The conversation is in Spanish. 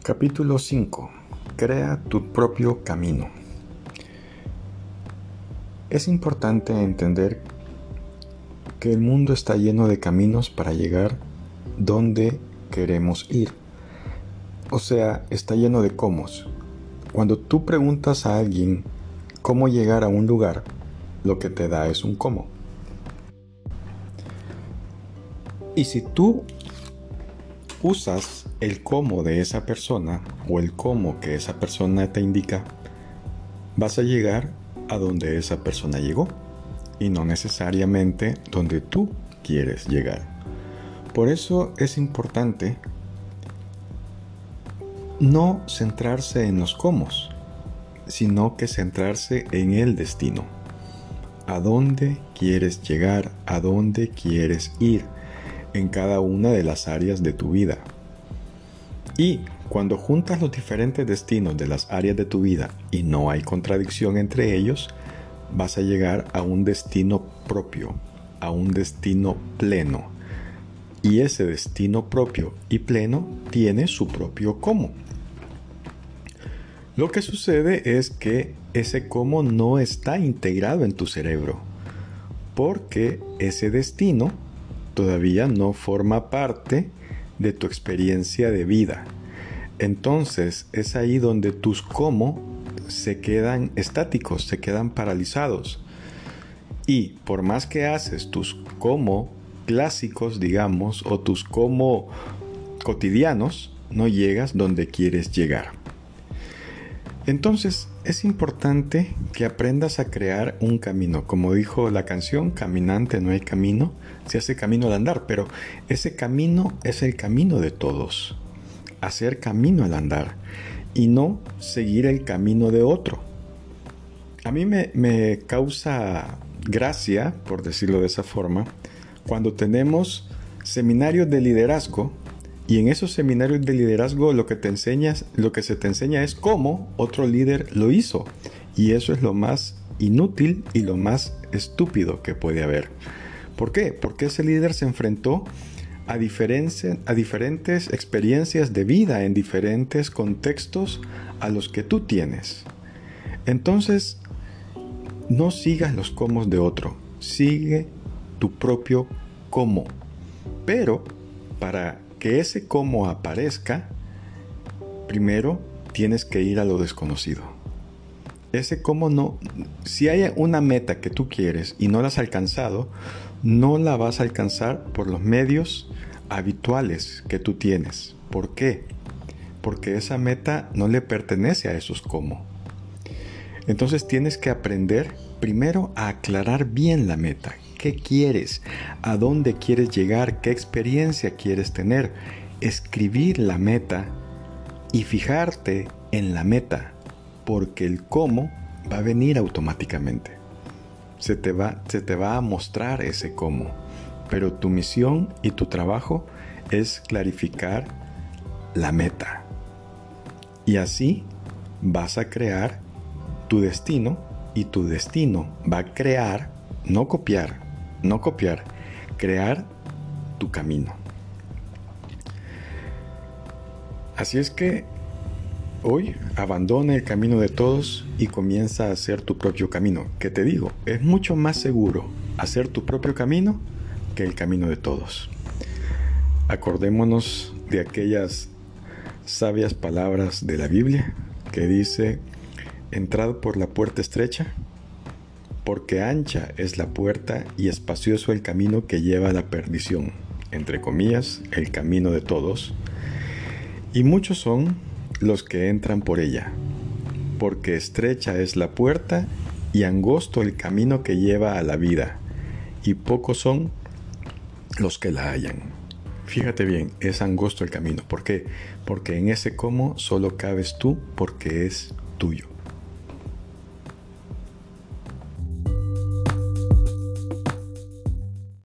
Capítulo 5. Crea tu propio camino. Es importante entender que el mundo está lleno de caminos para llegar donde queremos ir. O sea, está lleno de cómos. Cuando tú preguntas a alguien cómo llegar a un lugar, lo que te da es un cómo. Y si tú usas el cómo de esa persona o el cómo que esa persona te indica, vas a llegar a donde esa persona llegó y no necesariamente donde tú quieres llegar. Por eso es importante no centrarse en los cómo, sino que centrarse en el destino. ¿A dónde quieres llegar? ¿A dónde quieres ir? En cada una de las áreas de tu vida. Y cuando juntas los diferentes destinos de las áreas de tu vida y no hay contradicción entre ellos, vas a llegar a un destino propio, a un destino pleno. Y ese destino propio y pleno tiene su propio cómo. Lo que sucede es que ese cómo no está integrado en tu cerebro, porque ese destino todavía no forma parte de tu experiencia de vida. Entonces es ahí donde tus cómo se quedan estáticos, se quedan paralizados. Y por más que haces tus cómo clásicos, digamos, o tus cómo cotidianos, no llegas donde quieres llegar. Entonces es importante que aprendas a crear un camino. Como dijo la canción, caminante no hay camino, se hace camino al andar, pero ese camino es el camino de todos. Hacer camino al andar y no seguir el camino de otro. A mí me causa gracia, por decirlo de esa forma, cuando tenemos seminarios de liderazgo. Y en esos seminarios de liderazgo lo que se te enseña es cómo otro líder lo hizo. Y eso es lo más inútil y lo más estúpido que puede haber. ¿Por qué? Porque ese líder se enfrentó a diferentes experiencias de vida en diferentes contextos a los que tú tienes. Entonces, no sigas los cómo de otro. Sigue tu propio cómo. Pero para que ese cómo aparezca, primero tienes que ir a lo desconocido. Ese cómo no, si hay una meta que tú quieres y no la has alcanzado, no la vas a alcanzar por los medios habituales que tú tienes. ¿Por qué? Porque esa meta no le pertenece a esos cómo. Entonces tienes que aprender primero a aclarar bien la meta. ¿Qué quieres? ¿A dónde quieres llegar? ¿Qué experiencia quieres tener? Escribir la meta y fijarte en la meta, porque el cómo va a venir automáticamente. Se te va a mostrar ese cómo, pero tu misión y tu trabajo es clarificar la meta. Y así vas a crear tu destino y tu destino va a crear, no copiar, crear tu camino. Así es que hoy abandona el camino de todos y comienza a hacer tu propio camino. ¿Qué te digo? Es mucho más seguro hacer tu propio camino que el camino de todos. Acordémonos de aquellas sabias palabras de la Biblia que dice: entrad por la puerta estrecha, porque ancha es la puerta y espacioso el camino que lleva a la perdición, entre comillas, el camino de todos, y muchos son los que entran por ella, porque estrecha es la puerta y angosto el camino que lleva a la vida, y pocos son los que la hallan. Fíjate bien, es angosto el camino. ¿Por qué? Porque en ese cómo solo cabes tú, porque es tuyo.